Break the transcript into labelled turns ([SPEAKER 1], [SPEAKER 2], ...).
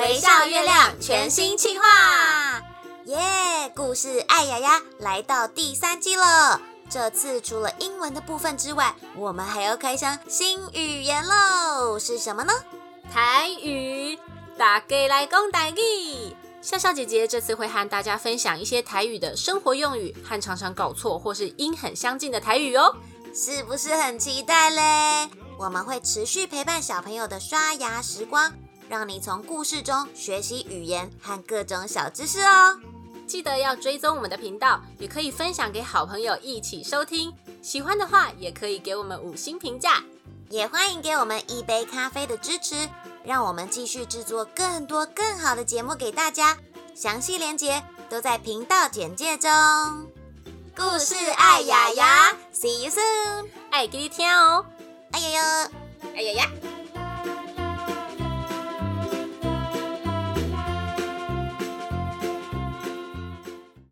[SPEAKER 1] 微笑月亮全新企划，
[SPEAKER 2] 耶！故事爱呀呀来到第3季了。这次除了英文的部分之外，我们还要开箱新语言喽，是什么呢？
[SPEAKER 1] 台语。大家来讲台语。笑笑姐姐这次会和大家分享一些台语的生活用语和常常搞错或是音很相近的台语哦。
[SPEAKER 2] 是不是很期待嘞？我们会持续陪伴小朋友的刷牙时光，让你从故事中学习语言和各种小知识哦。
[SPEAKER 1] 记得要追踪我们的频道，也可以分享给好朋友一起收听。喜欢的话也可以给我们5星评价，
[SPEAKER 2] 也欢迎给我们一杯咖啡的支持，让我们继续制作更多更好的节目给大家。详细连结都在频道简介中。故事爱呀呀 ，See you soon，
[SPEAKER 1] 爱给你听哦。
[SPEAKER 2] 哎呦呦。